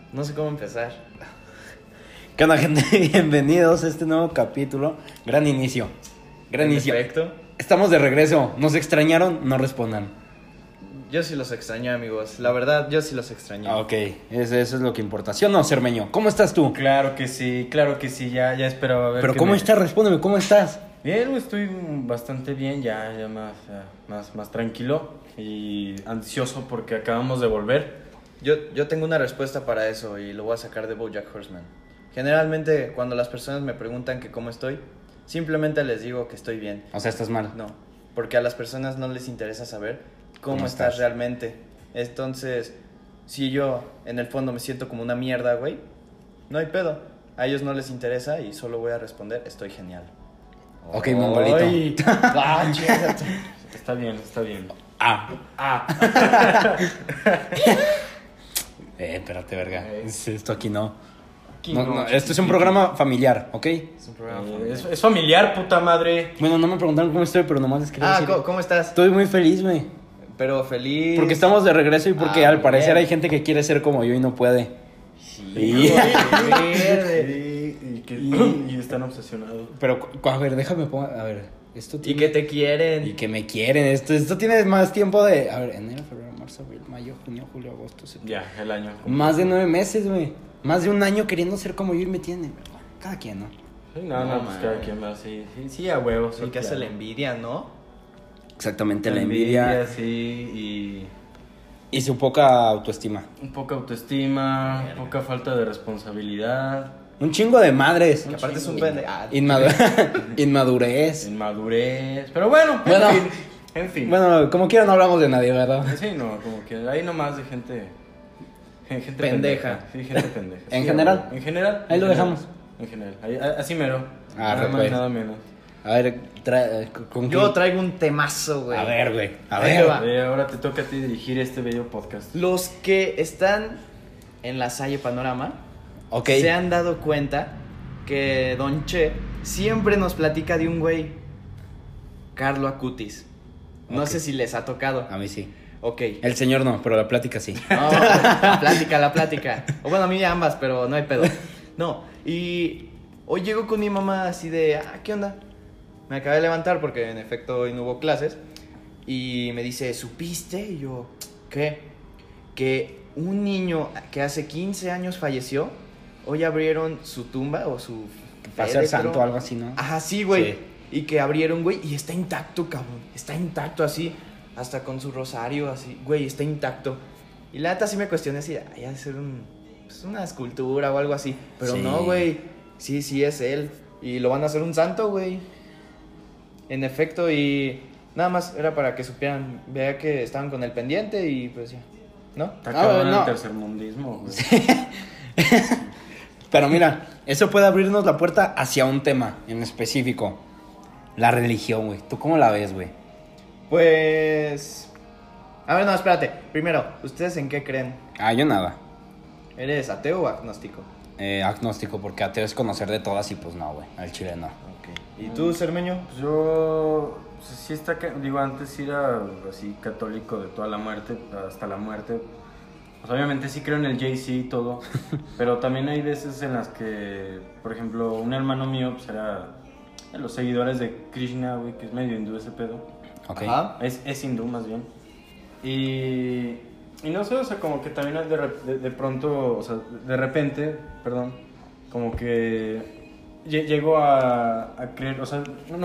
No sé cómo empezar. ¿Qué onda, gente? Bienvenidos a este nuevo capítulo. Gran inicio. Gran inicio. Perfecto. Estamos de regreso. ¿Nos extrañaron? No respondan. Yo sí los extrañé, amigos. La verdad, yo sí los extrañé. Ok, eso es lo que importa. ¿Sí o no, Cermeño? ¿Cómo estás tú? Claro que sí, ya esperaba ver. Pero ¿cómo estás? Respóndeme, ¿cómo estás? Bien, estoy bastante bien, ya más tranquilo y ansioso porque acabamos de volver. Yo tengo una respuesta para eso y lo voy a sacar de BoJack Horseman. Generalmente, cuando las personas me preguntan que cómo estoy, simplemente les digo que estoy bien. O sea, ¿estás mal? No, porque a las personas no les interesa saber cómo estás realmente. Entonces, si yo en el fondo me siento como una mierda, güey, no hay pedo. A ellos no les interesa y solo voy a responder, estoy genial. Ok, mongolito. Está bien. Espérate, verga. Esto aquí no. Aquí No, esto es un programa familiar, ¿ok? Es un programa familiar. Es familiar, puta madre. Bueno, no me preguntaron cómo estoy, pero nomás les quería decir. ¿Cómo estás? Estoy muy feliz, güey. Pero feliz. Porque estamos de regreso y porque al muy parecer bien. hay gente que quiere ser como yo y no puede. Sí. Y están obsesionados. Pero, a ver, déjame poner. A ver, esto Y tiene. que te quieren. Y que me quieren. Esto tiene más tiempo de. A ver, enero, febrero, marzo, abril, mayo, junio, julio, agosto, septiembre. Ya, el año. Más de 9 meses, güey. Más de un año queriendo ser como yo y me tienen. Cada quien, ¿no? Sí, No, pues cada quien va así. Sí, a huevos. El que hace la envidia, ¿no? Exactamente, la envidia. Sí, Y su poca autoestima. y poca autoestima, poca falta de responsabilidad, Un chingo de madres. Que aparte es un pendejo. Inmadurez. inmadurez. Pero bueno, Bueno. en fin. Bueno, como quiera no hablamos de nadie, ¿verdad? Sí, no, como que ahí nomás de gente Pendeja. Sí, gente pendeja. ¿En Sí, general? En general. Ahí lo en general. dejamos. En general. Así mero. Ah, nada más, pues. nada menos. A ver, ¿con Yo quién? traigo un temazo, güey. A ver, güey. A Ahí ver. va. Ahora te toca a ti dirigir este bello podcast. Los que están en la Salle Panorama Ok. se han dado cuenta que Don Che siempre nos platica de un güey, Carlo Acutis. No Ok. sé si les ha tocado. A mí sí. Ok. El señor no, pero la plática sí. No, la plática. O bueno, a mí ambas, pero no hay pedo. No, y hoy llego con mi mamá así de, ¿qué onda? Me acabé de levantar porque en efecto hoy no hubo clases. Y me dice, ¿supiste? Y yo, ¿qué? Que un niño que hace 15 años falleció, hoy abrieron su tumba o su... Para ser féretro. santo o algo así, ¿no? Ajá, sí, güey. Sí. Y que abrieron, güey, y está intacto, cabrón. Está intacto así, hasta con su rosario, así, güey, está intacto. Y la neta sí me cuestioné si hay de ser pues una escultura o algo así. Pero Sí. no, güey. Sí es él. Y lo van a hacer un santo, güey. En efecto, y nada más era para que supieran, vea que estaban con el pendiente y pues ya. ¿No? Está cabrón no. el tercermundismo, güey. Pero mira, eso puede abrirnos la puerta hacia un tema en específico. La religión, güey. ¿Tú cómo la ves, güey? Pues... A ver, no, espérate. Primero, ¿ustedes en qué creen? Yo nada. ¿Eres ateo o agnóstico? Agnóstico, porque ateo es conocer de todas y pues no, güey. Al chile no. Ok. ¿Y tú, Cermeño? Pues yo, pues sí digo, antes sí era así católico de toda la muerte, hasta la muerte. Pues obviamente sí creo en el Jay-Z y todo, pero también hay veces en las que, por ejemplo, un hermano mío pues era de los seguidores de Krishna, güey, que es medio hindú ese pedo. Ok. Ajá. Es hindú más bien. Y no sé, o sea, como que también de pronto, o sea, de repente, perdón, como que llego a creer, o sea,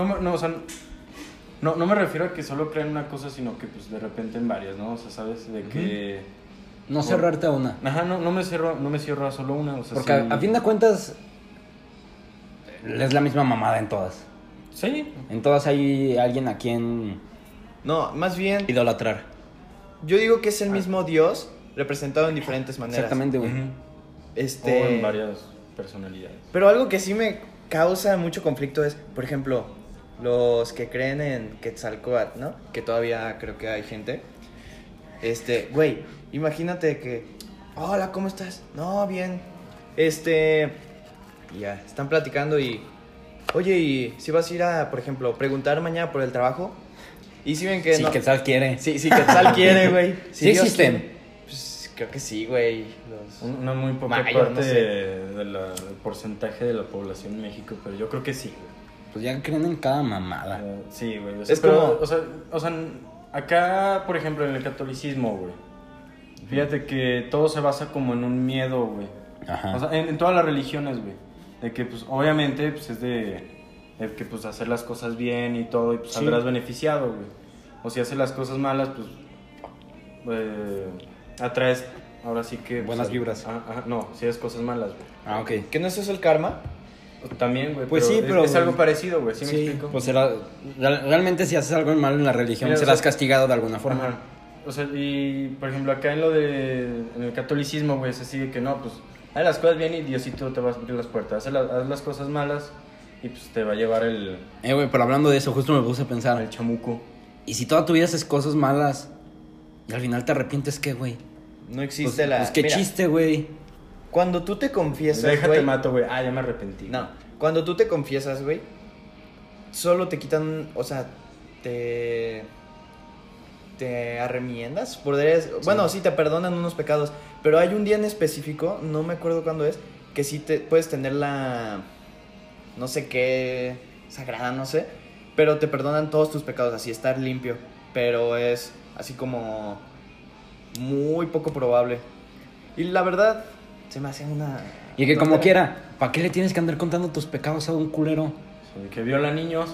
no me refiero a que solo crean una cosa, sino que pues de repente en varias, ¿no? O sea, ¿sabes? De que... No cerrarte a una. Ajá, no me cierro a solo una, o sea, Porque sí. a fin de cuentas es la misma mamada en todas. Sí. En todas hay alguien a quien No, más bien, idolatrar. yo digo que es el mismo Dios representado en diferentes maneras. Exactamente, güey. Ujú. O en varias personalidades. Pero algo que sí me causa mucho conflicto es, por ejemplo, los que creen en Quetzalcóatl, ¿no? Que todavía creo que hay gente. Güey, imagínate que, hola, ¿cómo estás? No, bien. Y ya, están platicando y, oye, ¿y si vas a ir a, por ejemplo, preguntar mañana por el trabajo? Y si ven que Sí, no... Quetzal quiere. Sí, Quetzal quiere, güey. Sí Dios existen. quiere, pues, creo que sí, güey. Una muy poca Mayo, parte no sé. del porcentaje de la población en México, pero yo creo que sí, güey. Pues ya creen en cada mamada. Sí, güey. Es como- O sea, acá, por ejemplo, en el catolicismo, güey. Fíjate que todo se basa como en un miedo, güey. Ajá. O sea, en todas las religiones, güey. De que, pues, obviamente, pues, es de que, pues, hacer las cosas bien y todo, y pues, Sí. saldrás beneficiado, güey. O si haces las cosas malas, pues, atraes, ahora sí que... Buenas pues, vibras. Ajá, no, si haces cosas malas, güey. Ah, ok. ¿Qué no es eso el karma? También, güey. Pues sí, pero- Es algo parecido, güey, ¿sí me Sí, explico? pues realmente si haces algo malo en la religión Mira, o serás sea, castigado de alguna forma. Ajá. O sea, y por ejemplo, acá en el catolicismo, güey, es así de que no, pues, haz las cosas bien y Diosito te va a abrir las puertas. Haz las cosas malas y pues te va a llevar el Güey, pero hablando de eso, justo me puse a pensar. chamuco. Y si toda tu vida haces cosas malas y al final te arrepientes, ¿qué, güey? No existe Pues, la... pues qué Mira, chiste, güey. Cuando tú te confiesas, Déjate güey... mato, güey. Ah, ya me arrepentí. No, cuando tú te confiesas, güey, solo te quitan, o sea, te arremiendas, bueno, sí, te perdonan unos pecados, pero hay un día en específico, no me acuerdo cuándo es, que sí te puedes tener la, no sé qué, sagrada, no sé, pero te perdonan todos tus pecados, así estar limpio, pero es así como muy poco probable. Y la verdad, se me hace una... Y que como tontería. quiera, ¿para qué le tienes que andar contando tus pecados a un culero? Sí, que viola niños.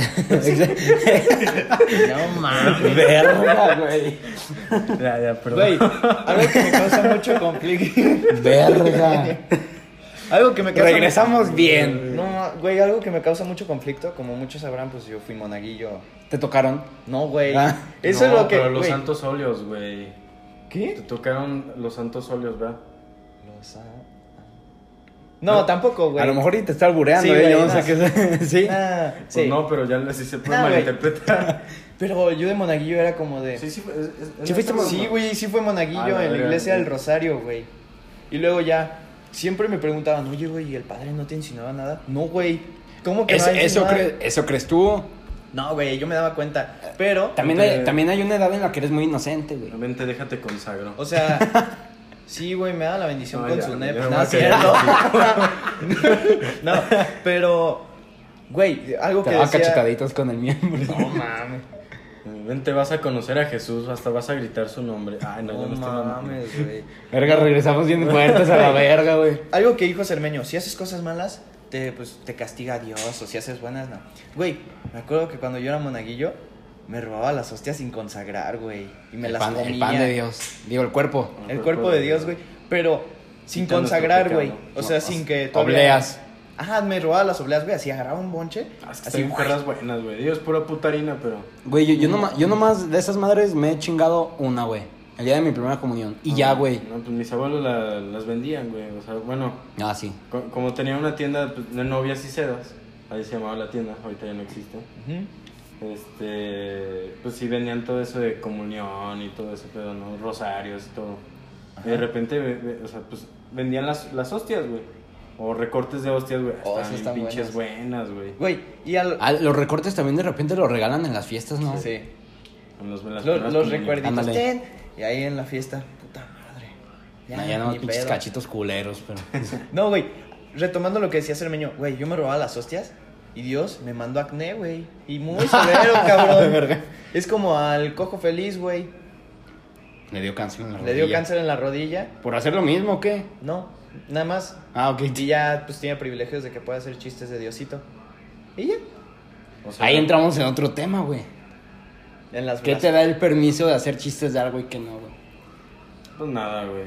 No mames. Verga, güey. ya, perdón. Güey, algo que me causa mucho conflicto. Verga. Algo que me causa Regresamos bien. No, güey, algo que me causa mucho conflicto, como muchos sabrán, pues yo fui monaguillo. ¿Te tocaron? No, güey. Ah. Eso No, es lo que. pero los güey. santos óleos, güey. Te ¿Qué? tocaron los santos óleos, ¿verdad? No, tampoco, güey. A lo mejor y te está albureando, Sí, güey, yo no no. sé qué. ¿Sí? Ah, sí. Pues no, pero ya sí se puede Ah, güey. malinterpretar. Pero yo de monaguillo era como de. Sí, ¿Sí fuiste Sí, güey, sí fue monaguillo Ah, la en la verga. iglesia del Rosario, güey. Y luego ya, siempre me preguntaban, oye, güey, ¿y el padre no te insinuaba nada? No, güey. ¿Cómo que no hay ¿Eso crees tú? No, güey, yo me daba cuenta. Pero, También hay una edad en la que eres muy inocente, güey. Vente, déjate consagro. o sea, sí, güey, me da la bendición No, con ya, su ya NEP. me No, voy a es cierto. callar, No, pero, güey, algo Te que daba decía... cachetaditos con el miembro. No, mames. Vente, vas a conocer a Jesús, hasta vas a gritar su nombre. Ay, no, No ya me estoy mamando. mames, güey. Verga, regresamos bien fuertes a la verga, güey. Algo que dijo Cermeño, si haces cosas malas, te castiga Dios, o si haces buenas, no. Güey, me acuerdo que cuando yo era monaguillo, me robaba las hostias sin consagrar, güey. Y me las comía. El pan de Dios. Digo, el cuerpo. El cuerpo de Dios, güey. Pero sin Quita nuestro consagrar, pecado. güey. O sea, No, sin que todavía... Obleas. Ajá, me robaba las obleas, güey. Así agarraba un bonche. Es que Así, están perras buenas, güey. Dios, pura putarina, pero... Güey, yo nomás de esas madres me he chingado una, güey. El día de mi primera comunión. Y ya, güey. No, pues mis abuelos las vendían, güey. O sea, bueno, Ah, sí. como tenía una tienda pues, de novias y sedas, ahí se llamaba la tienda, ahorita ya no existe. Ujú. Pues sí vendían todo eso de comunión y todo eso, pero no, rosarios y todo. Y de repente, o sea, pues vendían las hostias, güey. O recortes de hostias, güey. Oh, Están sí están bien pinches buenas. buenas, güey. Güey, y al... Ah, los recortes también de repente los regalan en las fiestas, ¿no? Sí. En las primeras Los comuniones. recuerditos. Ándale. Ten. Y ahí en la fiesta, puta madre. Ya no, ni pinches pedo. cachitos culeros, pero. No, güey. Retomando lo que decía Cermeño, güey, yo me robaba las hostias y Dios me mandó acné, güey. Y muy severo, cabrón. Verga. Es como al cojo feliz, güey. Le dio cáncer en la Le rodilla. dio cáncer en la rodilla. ¿Por hacer lo mismo o qué? No, nada más. Ah, ok. Y ya, pues tiene privilegios de que pueda hacer chistes de Diosito. Y ya. O sea, Ahí entramos en otro tema, güey. En las ¿Qué te da el permiso de hacer chistes de algo y que no, güey? Pues nada, güey.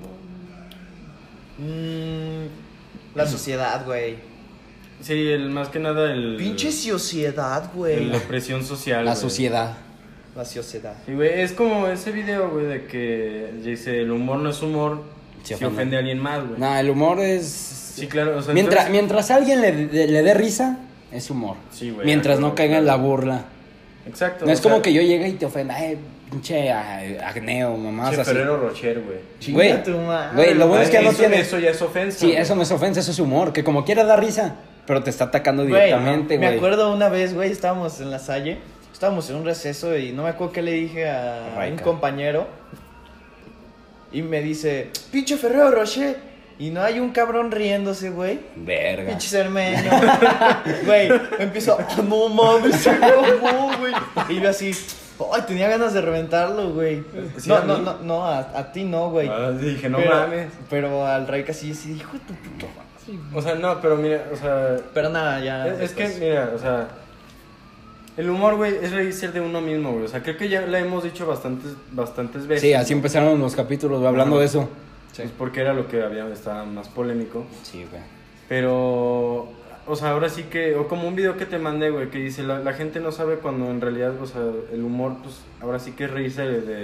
La sociedad, güey. Sí, más que nada el... Pinche sociedad, güey. La presión social, La güey. sociedad. La sociedad. Sí, güey, es como ese video, güey, de que dice, el humor no es humor Se si ofende. ofende a alguien más, güey. No, el humor es. Sí, claro, o sea, Mientras, entonces- mientras a alguien le dé risa, es humor. Sí, güey, Mientras claro, no caiga en la claro. burla. Exacto. No es o como sea, que yo llegue y te ofenda, pinche agneo, mamás Che, así. Ferrero Rocher, güey. Güey, Chinga tu madre. güey, lo bueno es que ya no Eso- tiene. Eso ya es ofensa. Sí, güey. eso no es ofensa, eso es humor. Que como quiera da risa, pero te está atacando Güey, directamente, me güey. acuerdo una vez, güey, estábamos en la Salle, estábamos en un receso y no me acuerdo qué le dije a Raica. un compañero. y me dice, pinche Ferrero Rocher. Y no hay un cabrón riéndose, güey. Verga. Pinche cermeño. Güey, empiezo, no mames, se mamó, güey. Y yo así, ay, tenía ganas de reventarlo, güey. ¿Sí, No, a no, mí? no, no, a ti no, güey. Dije, no pero, mames. Pero al Raika sí, hijo de tu puta madre. O sea, no, pero mira, o sea... Pero nada, ya. Es que, después. mira, o sea... El humor, güey, es reírse de uno mismo, güey. O sea, creo que ya le hemos dicho bastantes veces. Sí, así empezaron los capítulos, güey, hablando de eso. Sí. Pues porque era lo que estaba más polémico. Sí, güey. Pero, o sea, ahora sí que, o como un video que te mandé, güey, que dice, la gente no sabe cuando en realidad, o sea, el humor, pues, ahora sí que es reírse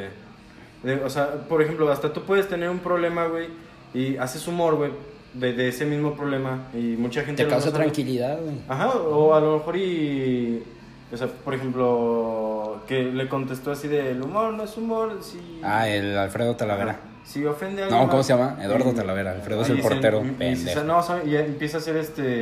o sea, por ejemplo, hasta tú puedes tener un problema, güey, y haces humor, güey, de ese mismo problema, y mucha gente Te no causa sabe. tranquilidad, güey. Ajá, o a lo mejor o sea, por ejemplo, que le contestó así de, el humor no es humor, si... Ah, el Alfredo Talavera. Ajá. Si ofende a alguien No, ¿cómo más, se llama? Eduardo Talavera. Alfredo es el portero. Pendejo. No, o sea, y empieza a hacer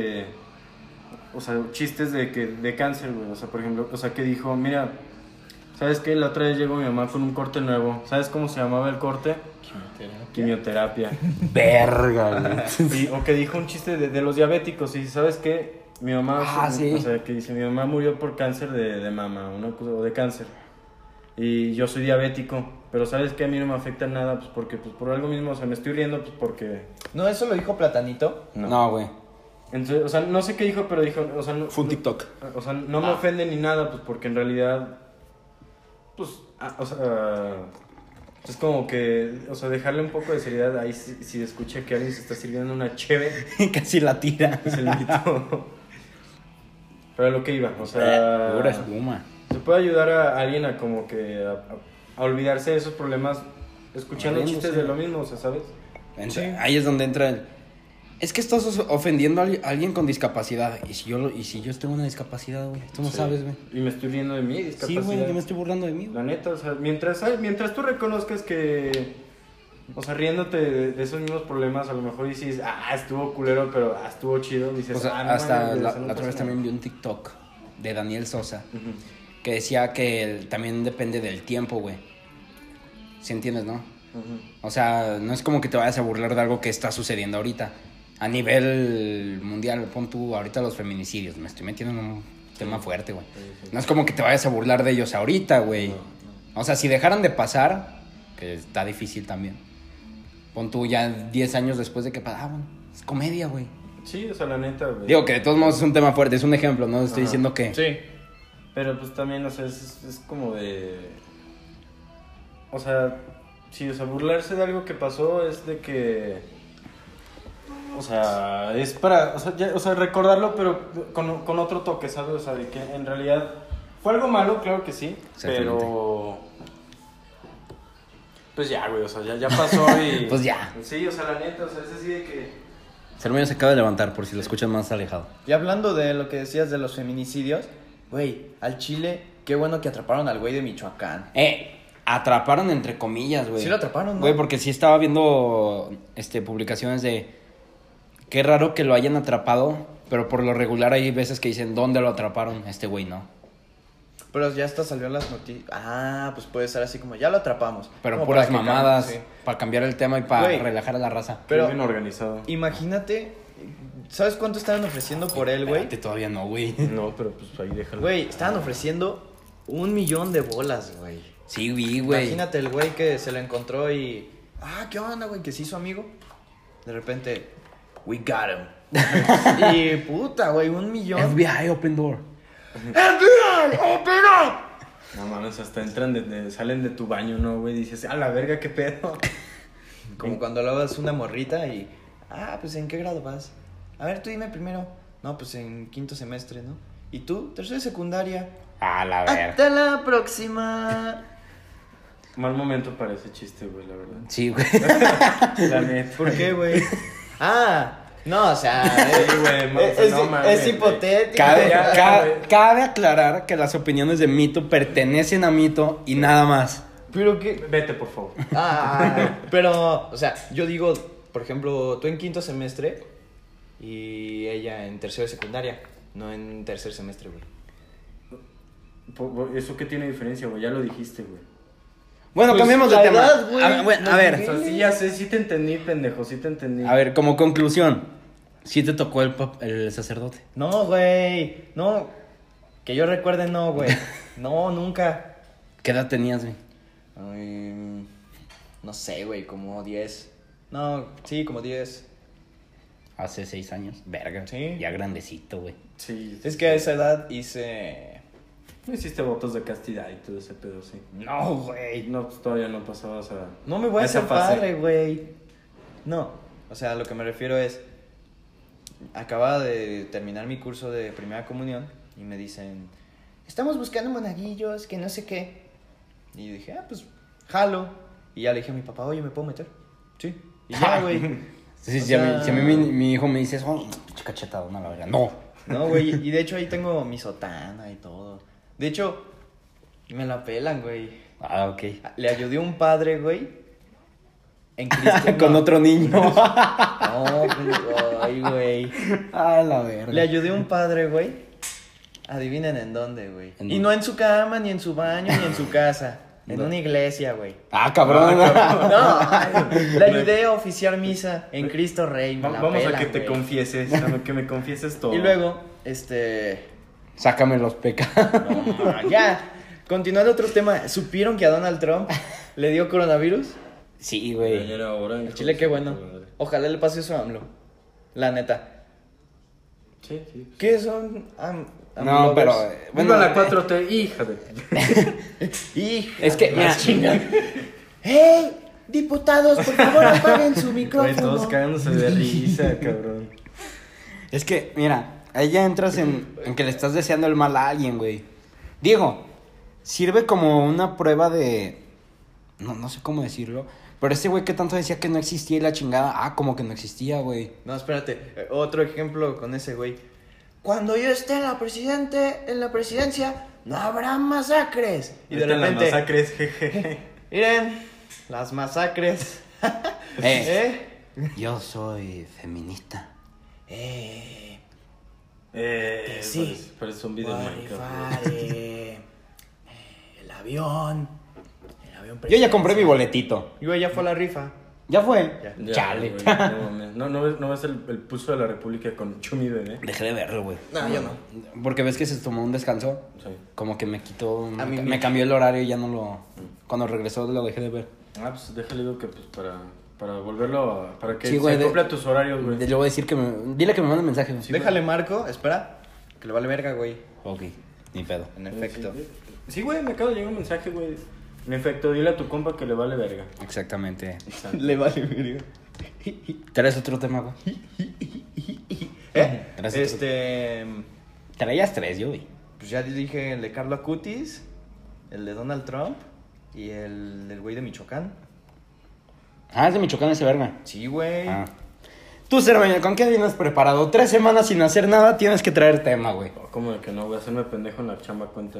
o sea, chistes de cáncer, güey. O sea, por ejemplo, o sea, que dijo, mira, ¿sabes qué? La otra vez llegó mi mamá con un corte nuevo. ¿Sabes cómo se llamaba el corte? Quimioterapia. Verga, güey. O que dijo un chiste de los diabéticos. Y ¿sabes qué? Mi mamá, Sí. o sea, que dice, mi mamá murió por cáncer de mama, o de cáncer. Y yo soy diabético, pero ¿sabes qué? A mí no me afecta nada, pues porque, pues por algo mismo, o sea, me estoy riendo, pues porque... No, eso lo dijo Platanito. No, güey. Entonces, o sea, no sé qué dijo, pero dijo, o sea, no, Fue un TikTok. o sea, no me ofende ni nada, pues porque en realidad, pues, o sea, es como que, o sea, dejarle un poco de seriedad ahí si escucha que alguien se está sirviendo una cheve, Casi la tira. se le invitó. Pero a lo que iba, o sea... Pura espuma. Se puede ayudar a alguien a como que a olvidarse de esos problemas escuchando Riéndose. chistes de lo mismo, o sea, ¿sabes? Ahí es donde entra el... Es que estás ofendiendo a alguien con discapacidad. ¿Y si yo tengo una discapacidad, güey? Tú no Sí. sabes, güey. Y me estoy riendo de mi Sí, discapacidad. güey, yo me estoy burlando de mí, La güey. neta, o sea, mientras tú reconozcas que, o sea, riéndote de esos mismos problemas, a lo mejor dices, estuvo culero, pero estuvo chido, dices, O sea, no hasta mames, la o sea, no otra pasa vez nada. también vi un TikTok de Daniel Sosa Ujú. que decía que también depende del tiempo, güey. ¿Sí entiendes, no? Ujú. O sea, no es como que te vayas a burlar de algo que está sucediendo ahorita. A nivel mundial, pon tú ahorita los feminicidios. Me estoy metiendo en un tema fuerte, güey. Sí. No es como que te vayas a burlar de ellos ahorita, güey. No. O sea, si dejaran de pasar, que está difícil también. Pon tú ya 10 años después de que bueno, es comedia, güey. Sí, o sea, la neta, güey. Digo que de todos modos es un tema fuerte, es un ejemplo, no estoy Ajá. diciendo que... Sí. Pero pues también, o sea, es como de... O sea, sí, o sea, burlarse de algo que pasó es de que... O sea, es para... O sea, recordarlo, pero con otro toque, ¿sabes? O sea, de que en realidad... Fue algo malo, claro que sí, Exactamente. pero... Pues ya, güey, o sea, ya pasó y... Pues ya. Sí, o sea, la neta, o sea, es así de que... Sermio se acaba de levantar por si lo escuchan más alejado. Y hablando de lo que decías de los feminicidios, güey, al Chile, qué bueno que atraparon al güey de Michoacán. Atraparon entre comillas, güey. Sí lo atraparon, ¿no? Güey, porque sí estaba viendo publicaciones de... Qué raro que lo hayan atrapado, pero por lo regular hay veces que dicen, ¿dónde lo atraparon? Este güey no. Pero ya hasta salió en las noticias. Pues puede ser así como, ya lo atrapamos. Pero Como puras para que mamadas, cambie, sí. para cambiar el tema y para Güey. relajar a la raza. Pero- bien organizado. Imagínate, ¿sabes cuánto estaban ofreciendo por él, güey? Espérate, todavía no, güey. No, pero pues ahí déjalo. Güey, estaban ofreciendo 1 millón de bolas, güey. Sí, güey. Imagínate el güey que se lo encontró y... ¿qué onda, güey? Que se hizo amigo. De repente, we got him. Y puta, güey, 1 millón. FBI, open door. FBI, open up. No mames, hasta entran, salen de tu baño, ¿no, güey? Dices, a la verga, qué pedo. Como cuando hablabas una morrita y... pues ¿en qué grado vas? A ver, tú dime primero. No, pues en 5º semestre, ¿no? ¿Y tú? 3º de secundaria. A la verga. Hasta la próxima. Mal momento para ese chiste, güey, la verdad. Sí, güey. La neta. ¿Por qué, güey? No, o sea... Sí, güey, no mames, es hipotético. Cabe aclarar que las opiniones de Mito pertenecen a Mito y nada más. Pero qué... Vete, por favor. Pero, o sea, yo digo, por ejemplo, tú en 5º semestre y ella en 3º de secundaria, no en 3er semestre, güey. ¿Eso qué tiene diferencia, güey? Ya lo dijiste, güey. Bueno, Pues, cambiemos de la tema. edad, güey. A ver, O sea, sí, ya sé, sí te entendí, pendejo, sí te entendí. a ver, como conclusión. ¿Sí te tocó el sacerdote? No, güey. No. Que yo recuerde, no, güey. No, nunca. ¿Qué edad tenías, güey? Ay, no sé, güey, como 10. No, sí, como 10. Hace 6 años. Verga. Sí. Ya grandecito, güey. Sí. Es que a esa edad hice... No hiciste votos de castidad y todo ese pedo, sí. No, güey. No, pues todavía no pasabas a... No me voy a esa hacer fase. padre, güey. No. O sea, a lo que me refiero es... Acababa de terminar mi curso de primera comunión y me dicen... Estamos buscando monaguillos, que no sé qué. Y yo dije, pues, jalo. Y ya le dije a mi papá, oye, ¿me puedo meter? Sí. Y ya, güey. Sí, O si a sea- mí, si a mí mi hijo me dice, oh, pinche cachetado, no, la verga. No. No, güey, y de hecho ahí tengo mi sotana y todo. De hecho, me la pelan, güey. Ah, ok. Le ayudé a un padre, güey. En Cristo. Con no. otro niño. No, ay, güey. Ah, la verga. Le ayudé a un padre, güey. Adivinen en dónde, güey. ¿En Y dónde? no en su cama, ni en su baño, ni en su casa. En una iglesia, güey. Ah, cabrón. No, le ayudé a oficiar misa en Cristo Rey. Me la Vamos a pelan, que te güey. confieses, que me confieses todo. Y luego, Sácame los pecados. no, ya. Continuando otro tema, ¿supieron que a Donald Trump le dio coronavirus? Sí, Ya güey. era hora, hijo El Chile, de qué su bueno. puta madre. Ojalá le pase eso a AMLO. La neta. Sí, sí. ¿Qué son No, pero. Bueno, la 4T, hija de... Hija Es que, de mira. la chingada. ¡Hey! Diputados, por favor, apaguen su Güey, micrófono. todos cagándose de risa, cabrón. Es que, mira, ahí ya entras en que le estás deseando el mal a alguien, güey. Digo, sirve como una prueba de. No sé cómo decirlo. Pero este güey que tanto decía que no existía y la chingada. Ah, como que no existía, güey. No, espérate. Otro ejemplo con ese güey. Cuando yo esté en la presidencia, no habrá masacres. Y de Ahorita las repente, masacres, jeje. miren, las masacres. Yo soy feminista. Sí. Parece un video Voy de a Minecraft. rifar, el avión. Yo ya compré mi boletito. Y güey, ya fue a la rifa. ¿Ya fue? Ya. Ya, Chale. güey, no mames. No ves el pulso de la República con Chumi Bebé. Dejé de verlo, güey. No, yo no. Porque ves que se tomó un descanso. Sí. Como que me quitó. A mí Me cambió el horario y ya no lo. Cuando regresó lo dejé de ver. Ah, pues déjale digo que pues para volverlo para que Sí, güey, se acople a tus horarios, güey. Le voy a decir que me. Dile que me mande un mensaje. Sí, Déjale marco, espera. Que le vale verga, güey. Ok, ni pedo. En efecto. Sí, güey, me acaba de llegar un mensaje, güey. En efecto, dile a tu compa que le vale verga. Exactamente. Exacto. Le vale verga. ¿Traes otro tema, güey? Gracias. Traías 3, yo, güey. Pues ya dije el de Carlo Acutis, el de Donald Trump y el del güey de Michoacán. Ah, es de Michoacán ese verga. Sí, güey. Ah. Tú, Cermeño, ¿con qué vienes preparado? 3 semanas sin hacer nada, tienes que traer tema, güey. ¿Cómo de que no? Voy a hacerme pendejo en la chamba cuenta.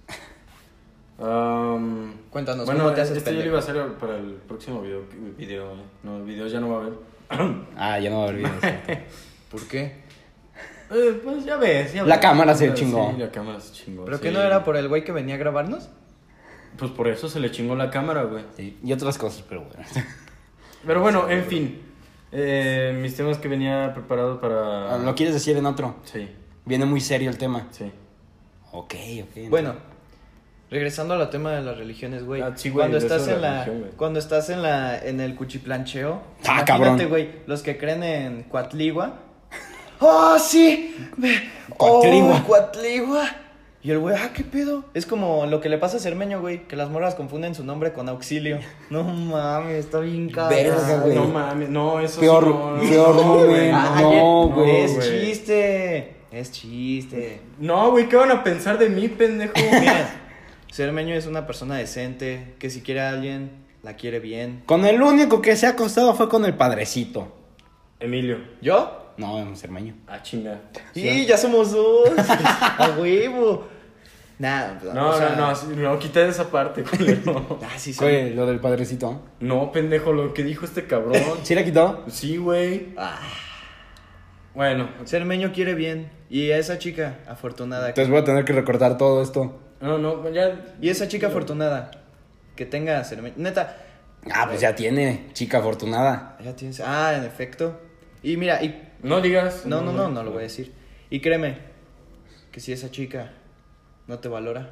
Cuéntanos, bueno, ¿cómo te haces este yo lo pendejo? iba a hacer para el próximo video. No, el video ya no va a haber. Ah, ya no va a haber videos. ¿Por qué? Pues ya ves, La cámara se chingó. Sí, la cámara se chingó. ¿Pero sí. qué no era por el güey que venía a grabarnos? Pues por eso se le chingó la cámara, güey. Sí, y otras cosas, pero bueno. Pero bueno, en fin. Mis temas que venía preparado para... ¿Lo quieres decir en otro? Sí, Viene muy serio el tema. sí. Ok. Bueno, regresando al tema de las religiones, güey. Ah, sí, güey, cuando de estás eso de en la la religión, güey. cuando estás en el cuchiplancheo, Ah, imagínate, cabrón. güey, los que creen en Cuatligua. ¡Oh, sí! Cuatligua. ¡Oh, Cuatligua! Y el güey, ¿qué pedo? Es como lo que le pasa a Cermeño, güey, que las morras confunden su nombre con auxilio. No mames, está bien cabrón. Verga, güey. No mames, no, eso Peor, sí no, peor no, momento. güey. No, güey. Es güey. chiste. Es chiste. No, güey, ¿qué van a pensar de mí, pendejo? Miren, Cermeño es una persona decente, que si quiere a alguien, la quiere bien. Con el único que se ha acostado fue con el padrecito. Emilio. ¿Yo? No, es Cermeño. Ah, chinga. Sí, ya somos dos. A huevo. Nah, No, o sea, no, quita esa parte, culero. Sí, sí. Fue lo del padrecito. No, pendejo, lo que dijo este cabrón. ¿Sí la quitó? Sí, güey. Bueno, Cermeño quiere bien. Y a esa chica afortunada. Entonces voy a tener que recortar todo esto. no, ya. Y esa chica afortunada que tenga neta. Ah, pues ya tiene, chica afortunada. Ya tienes. Ah, en efecto. Y mira, No digas. no lo voy a decir. Y créeme, que si esa chica no te valora,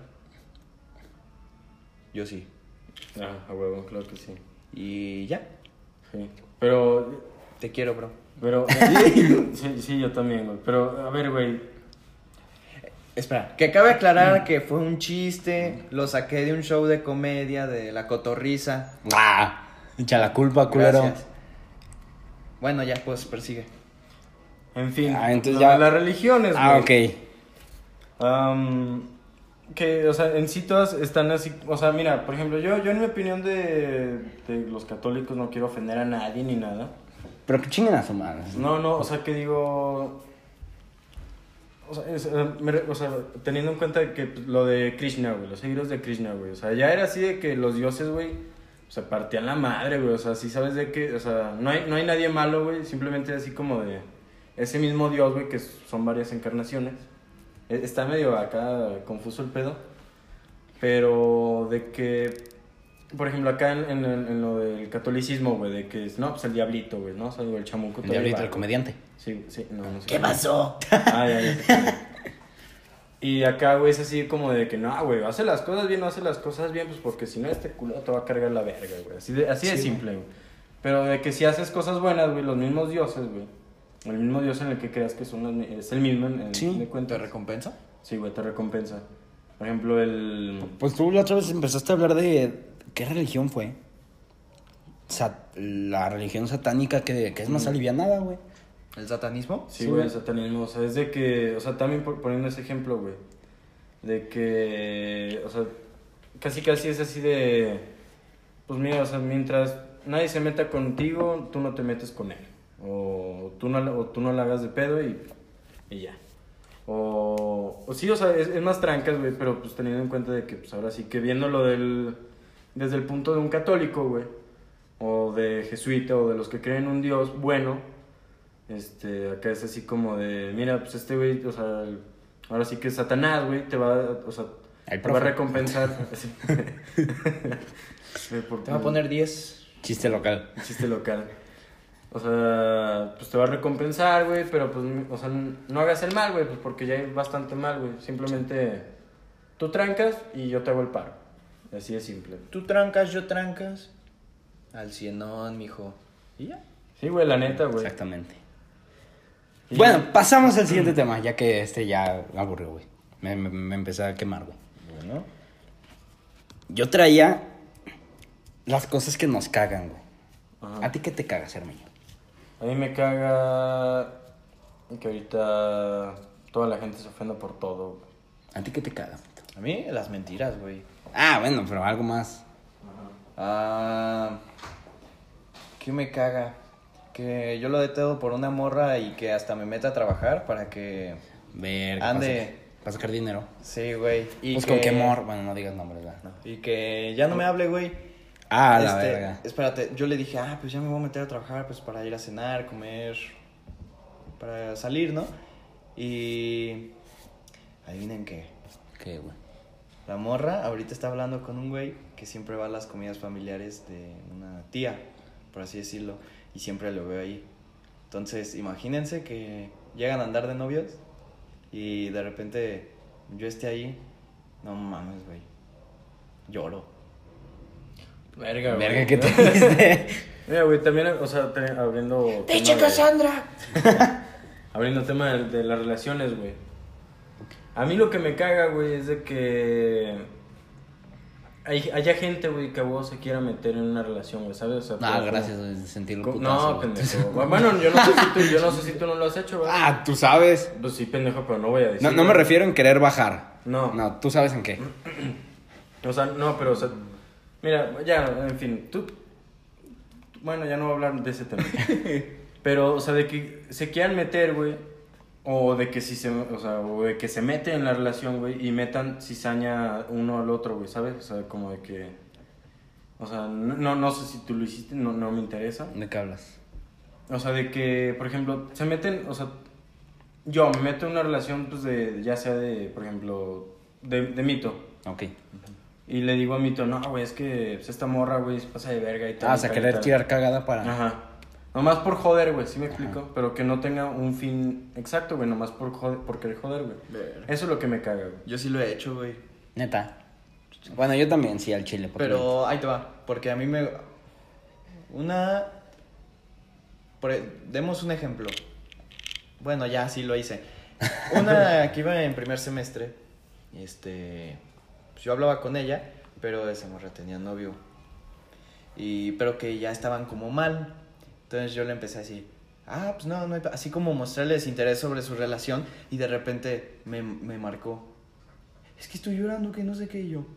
yo sí. Ah, a huevo, claro que sí. Y ya, Sí. Pero, te quiero, bro. sí, yo también, güey. Pero, a ver, güey. Espera, que acabe de aclarar que fue un chiste, lo saqué de un show de comedia de La Cotorrisa. Ah, echa la culpa, culero. Gracias. Bueno, ya, pues, persigue. En fin, entonces ya... las religiones, güey. Ah, ok. Que, o sea, en sí todas están así, o sea, mira, por ejemplo, yo en mi opinión de los católicos no quiero ofender a nadie ni nada. Pero que chinguen a su madre. No, o sea, que digo, o sea, teniendo en cuenta que pues, lo de Krishna, güey, los seguidores de Krishna, güey, o sea, ya era así de que los dioses, güey, o sea, partían la madre, güey, o sea, sí sabes de que, o sea, no hay nadie malo, güey, simplemente así como de ese mismo dios, güey, que son varias encarnaciones. Está medio acá confuso el pedo, pero de que, por ejemplo, acá en lo del catolicismo, güey, de que, no, pues el diablito, güey, ¿no? O sea, el chamuco. El diablito, el comediante. Sí, no sé. ¿Qué pasó? Ah, ya. Y acá, güey, es así como de que, no, güey, hace las cosas bien, pues porque si no, este culo te va a cargar la verga, güey. Así de simple, güey. Pero de que si haces cosas buenas, güey, los mismos dioses, güey. El mismo dios en el que creas que es el mismo en fin de cuentas. ¿Te recompensa? Sí, güey, te recompensa. Por ejemplo, Pues tú la otra vez empezaste a hablar de... ¿Qué religión fue? La religión satánica que es más alivianada, güey. ¿El satanismo? Sí, güey, el satanismo. O sea, es de que... O sea, también poniendo ese ejemplo, güey. De que... O sea, casi es así de... Pues mira, o sea, mientras nadie se meta contigo, tú no te metes con él. O tú no la hagas de pedo y ya. O sí, o sea, es más trancas, güey, pero pues teniendo en cuenta de que pues ahora sí que viéndolo desde el punto de un católico, güey, o de jesuita, o de los que creen en un Dios bueno, acá es así como de, mira, pues este güey, o sea, ahora sí que Satanás, güey, te va a recompensar. Te va a poner 10. Chiste local. Chiste local. O sea, pues te va a recompensar, güey, pero pues, o sea, no hagas el mal, güey, pues porque ya hay bastante mal, güey. Simplemente tú trancas y yo te hago el paro. Así de simple. Tú trancas, yo trancas. Al cienón, mijo. ¿Y ya? Sí, güey, la neta, güey. Exactamente. Y... Bueno, pasamos al siguiente tema, ya que ya aburrió, güey. Me empecé a quemar, güey. Bueno. Yo traía las cosas que nos cagan, güey. Ajá. ¿A ti qué te cagas, hermano? A mí me caga que ahorita toda la gente se ofenda por todo, güey. ¿A ti qué te caga? A mí, las mentiras, güey. Ah, bueno, pero algo más. ¿Qué me caga? Que yo lo detengo por una morra y que hasta me meta a trabajar para que Verga, ande. Para sacar dinero. Sí, güey. Y Pues que... con qué mor. Bueno, no digas nombres, ¿verdad? No. Y que ya no me hable, güey. Ah, la verga. Espérate, yo le dije, pues ya me voy a meter a trabajar, pues para ir a cenar, comer, para salir, ¿no? Y adivinen qué. ¿Qué, güey? La morra ahorita está hablando con un güey que siempre va a las comidas familiares de una tía, por así decirlo, y siempre lo veo ahí. Entonces, imagínense que llegan a andar de novios y de repente yo esté ahí. No mames, güey. Lloro. Verga, güey. Verga, ¿qué te dice? Mira, güey, también, o sea, abriendo... ¡Teche, Cassandra! Abriendo tema de las relaciones, güey. A mí lo que me caga, güey, es de que haya gente, güey, que a vos se quiera meter en una relación, güey, ¿sabes? O sea, Ah, gracias, güey, de sentir el putazo. No, güey. pendejo. Bueno, yo no sé si tú no lo has hecho, güey. Ah, tú sabes. Pues sí, pendejo, pero no voy a decir. No me refiero en querer bajar. No. No, tú sabes en qué. O sea, no, pero, o sea, mira, ya, en fin, bueno, ya no voy a hablar de ese tema. Pero, o sea, de que se quieran meter, güey, o de que o de que se meten en la relación, güey, y metan cizaña uno al otro, güey, ¿sabes? O sea, como de que, o sea, no sé si tú lo hiciste, no me interesa. ¿De qué hablas? O sea, de que, por ejemplo, se meten, o sea, yo me meto en una relación, pues, ya sea de, por ejemplo, de mito. Ok. Y le digo a Mito, no, güey, es que pues, esta morra, güey, se pasa de verga y tal. Ah, o y sea, tal, y querer tal". tirar cagada para... Ajá. Nomás por joder, güey, ¿sí me explico? Pero que no tenga un fin exacto, güey, nomás por querer joder, güey. Ver. Eso es lo que me caga, güey. Yo sí lo he hecho, güey. Neta. Bueno, yo también, sí, al chile. porque- Pero ahí te va, porque a mí me... Demos un ejemplo. Bueno, ya sí lo hice. Una que iba en primer semestre, pues yo hablaba con ella, pero esa morra tenía novio. Pero que ya estaban como mal. Entonces yo le empecé a decir, pues no hay así como mostrarles interés sobre su relación, y de repente me marcó. Es que estoy llorando, que no sé qué, y yo.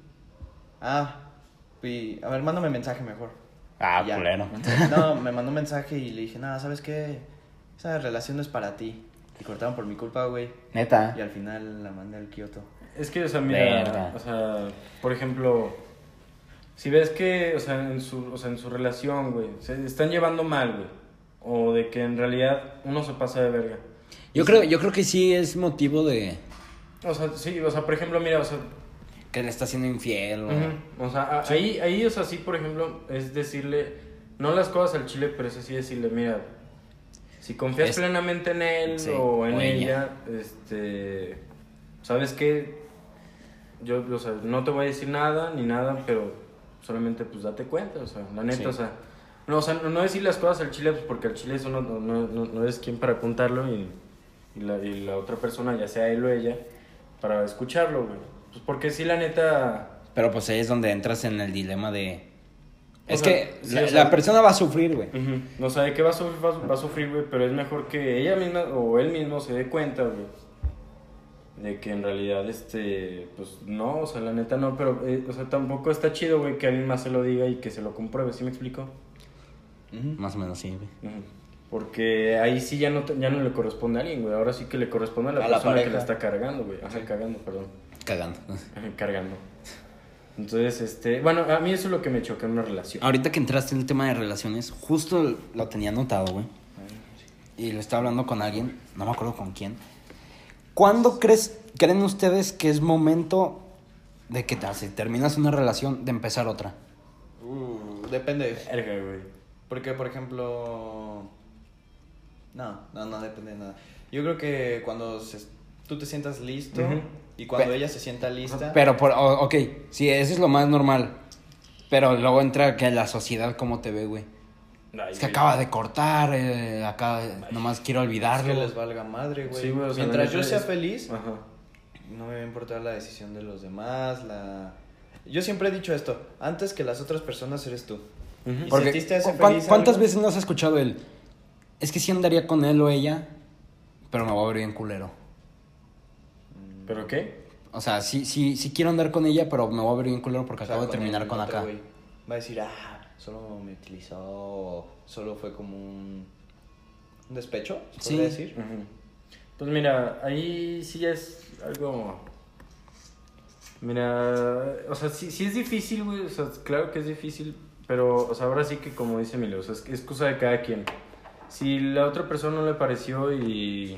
Y a ver, mándame mensaje mejor. Ah, Y ya. culero. No, me mandó un mensaje y le dije, nada, ¿sabes qué? Esa relación no es para ti. Y cortaron por mi culpa, güey. Neta. Y al final la mandé al Kioto. Es que, o sea, mira, Verga. o sea, por ejemplo, si ves que, o sea, en su relación, güey, se están llevando mal, güey, o de que en realidad uno se pasa de verga. Yo creo que sí es motivo de O sea, sí, o sea, por ejemplo, mira, o sea, que le está siendo infiel. o sea, ahí, o sea, sí, por ejemplo, es decirle, no las cosas al chile, pero es así decirle, mira, si confías plenamente en él Sí, o en o ella, ¿sabes qué? Yo, o sea, no te voy a decir nada, ni nada, pero solamente, pues, date cuenta, o sea, la neta, Sí. o sea, no decir las cosas al chile, pues, porque al chile eso no eres quien para contarlo y la otra persona, ya sea él o ella, para escucharlo, güey. Pues porque sí, la neta... Pero pues ahí es donde entras en el dilema de... O Es sea, que sí, la, o sea- la persona va a sufrir, güey. O sea, de que va a sufrir, güey, pero es mejor que ella misma o él mismo se dé cuenta, güey, de que en realidad, pues no, o sea, la neta no, pero, o sea, tampoco está chido, güey, que alguien más se lo diga y que se lo compruebe, ¿sí me explico? Más o menos sí, güey. Porque ahí sí ya no le corresponde a alguien, güey, ahora sí que le corresponde a la A la persona que pareja. la está cargando, güey, cagando, perdón, Cagando. cargando. Entonces, bueno, a mí eso es lo que me choca en una relación. Ahorita que entraste en el tema de relaciones, justo lo tenía anotado, güey. Y lo estaba hablando con alguien, no me acuerdo con quién. ¿Cuándo creen ustedes que es momento de que si terminas una relación, de empezar otra? Depende. Verga, güey. Porque, por ejemplo... No depende de nada. Yo creo que cuando tú te sientas listo y cuando ella se sienta lista... Pero, ok, sí, eso es lo más normal. Pero luego entra que la sociedad, ¿cómo te ve, güey? Ay, Es que güey. acaba de cortar, nomás quiero Es olvidarlo. que les valga madre, güey. Sí, güey, o sea, Mientras la yo neta sea es- feliz, Ajá. no me va a importar la decisión de los demás, Yo siempre he dicho esto, antes que las otras personas eres tú. Y Porque, sentiste ese feliz ¿cuántas algo? veces no has escuchado el... Es que sí andaría con él o ella, pero me voy a ver bien culero? ¿Pero qué? O sea, sí quiero andar con ella, pero me voy a ver bien culero porque O sea, acabo de terminar el con otro acá. güey va a decir, solo me utilizó, solo fue como un despecho, ¿se Sí. podría decir? Pues mira, ahí sí ya es algo... Mira, o sea, sí es difícil, güey, o sea, claro que es difícil, pero, o sea, ahora sí que como dice Emilio, o sea, es cosa de cada quien. Si la otra persona no le pareció y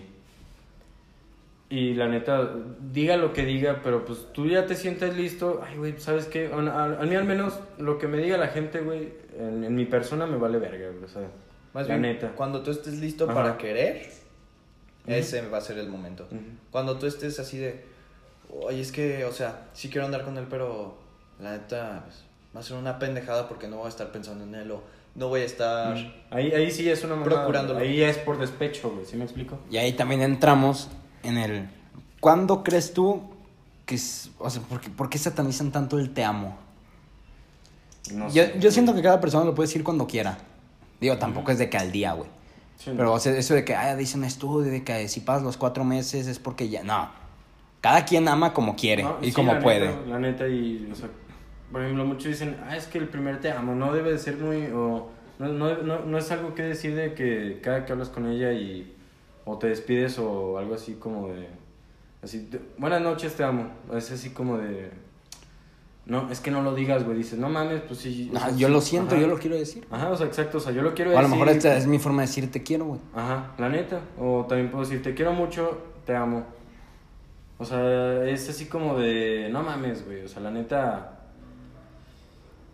la neta, diga lo que diga, pero pues tú ya te sientes listo, ay, güey, ¿sabes qué? A mí al menos lo que me diga la gente, güey, en mi persona me vale verga, güey, o sea, Más la bien, neta. cuando tú estés listo Ajá. para querer, ese va a ser el momento. Ujú. Cuando tú estés así de, oye, es que, o sea, sí quiero andar con él, pero la neta, pues, va a ser una pendejada porque no voy a estar pensando en él o no voy a estar... Ahí sí es una mamada, Procurándolo. ahí ya es por despecho, güey, ¿sí me explico? Y ahí también entramos en el... ¿Cuándo crees tú que o sea, ¿por qué satanizan tanto el te amo? No Yo sé. siento que cada persona lo puede decir cuando quiera. Digo, tampoco es de que al día, güey. Sí, Pero o sea, eso de que dice un estudio de que si pasas los 4 meses es porque ya... No. Cada quien ama como quiere no, y sí, como la puede. Neta, la neta, y, o sea, por ejemplo, muchos dicen, es que el primer te amo, no debe de ser muy, o no es algo que decir de que cada que hablas con ella o te despides o algo así como de, buenas noches, te amo, es así como de, no, es que no lo digas, güey, dices, no mames, pues sí. o Ajá, sea, yo sí, lo siento, ajá. yo lo quiero decir. Ajá, o sea, exacto, o sea, yo lo quiero O a decir. lo mejor esta es mi forma de decir te quiero, güey. Ajá, la neta. O también puedo decir, te quiero mucho, te amo. O sea, es así como de, no mames, güey. O sea, la neta,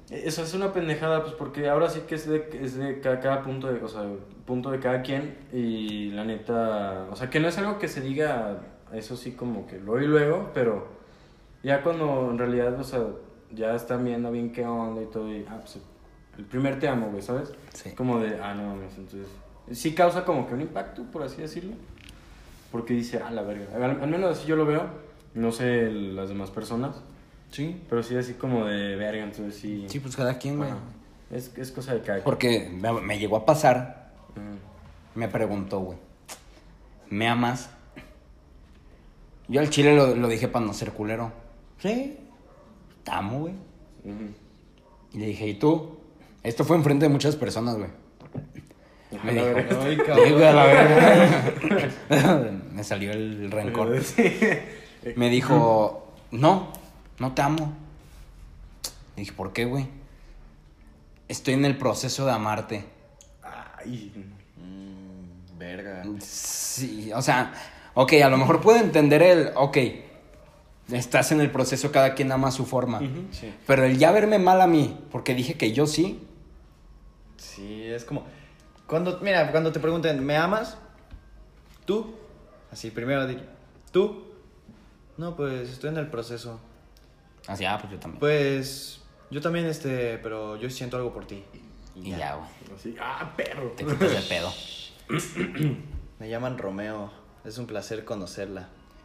Eso es una pendejada, pues porque ahora sí que es de cada punto de, o sea, punto de cada quien y la neta, o sea, que no es algo que se diga, eso sí como que luego y luego, pero ya cuando en realidad, o sea, ya están viendo bien qué onda y todo y, pues el primer te amo, güey, ¿sabes? Sí. Como de, no mames, entonces, sí causa como que un impacto, por así decirlo, porque dice, la verga, al menos así yo lo veo, no sé las demás personas. Sí. Pero sí, así como de verga, entonces sí. Sí, pues cada quien, güey. Ajá. Es cosa de cada quien. Porque me llegó a pasar, Ujú. me preguntó, güey, ¿me amas? Yo al chile lo dije para no ser culero. Sí, te amo, güey. Ujú. Y le dije, ¿y tú? Esto fue enfrente de muchas personas, güey. Me dijo, Ay, sí, cabrón. güey, a la verga. Me salió el rencor. Sí. Me dijo, no te amo. Le dije, ¿por qué, güey? Estoy en el proceso de amarte. Ay. Verga. Sí, o sea, ok, a lo mejor puedo entender estás en el proceso, cada quien ama a su forma. Ujú. Sí. Pero el ya verme mal a mí, porque dije que yo sí. Sí, es como... cuando te pregunten, ¿me amas? ¿Tú? Así, primero di, ¿tú? No, pues estoy en el proceso. Así, pues yo también. Pues yo también, pero yo siento algo por ti. Y ya, güey. Así, perro. Te quitas el pedo. Me llaman Romeo. Es un placer conocerla.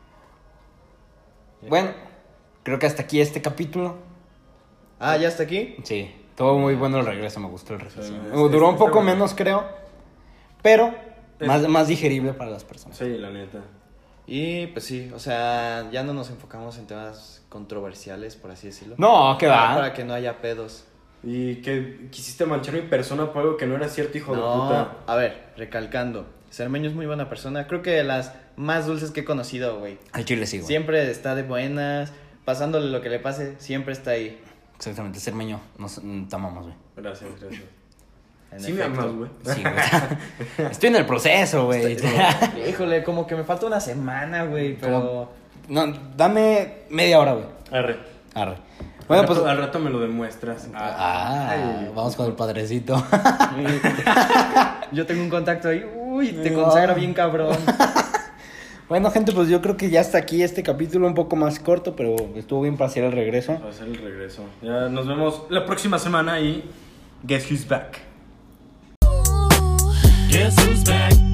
Bueno, creo que hasta aquí este capítulo. Ah, ¿ya está aquí? Sí, todo muy bueno el regreso, me gustó el regreso. Sí, Duró un está poco bueno. menos, creo. Pero más digerible para las personas. Sí, la neta. Y pues sí, o sea, ya no nos enfocamos en temas controversiales, por así decirlo. No, ¿qué va? Para que no haya pedos. Y que quisiste manchar mi persona por algo que no era cierto, hijo de No, puta. a ver, recalcando. Cermeño es muy buena persona. Creo que de las más dulces que he conocido, güey. Al chile sí, güey. Siempre está de buenas. Pasándole lo que le pase, siempre está ahí. Exactamente, Cermeño, te amamos, güey. Gracias. En Sí me efecto. amas, güey. Sí, güey. Estoy en el proceso, güey. Híjole, como que me falta una semana, güey, pero... No, dame media hora, güey. Arre. Arre. Bueno, pues... Al rato me lo demuestras. Ay. Vamos con el padrecito. Yo tengo un contacto ahí. Uy, te No. consagra bien cabrón. Bueno, gente, pues yo creo que ya está aquí este capítulo un poco más corto, pero estuvo bien para hacer el regreso. Va a ser el regreso. Ya nos vemos la próxima semana y Guess Who's Back. Guess who's back?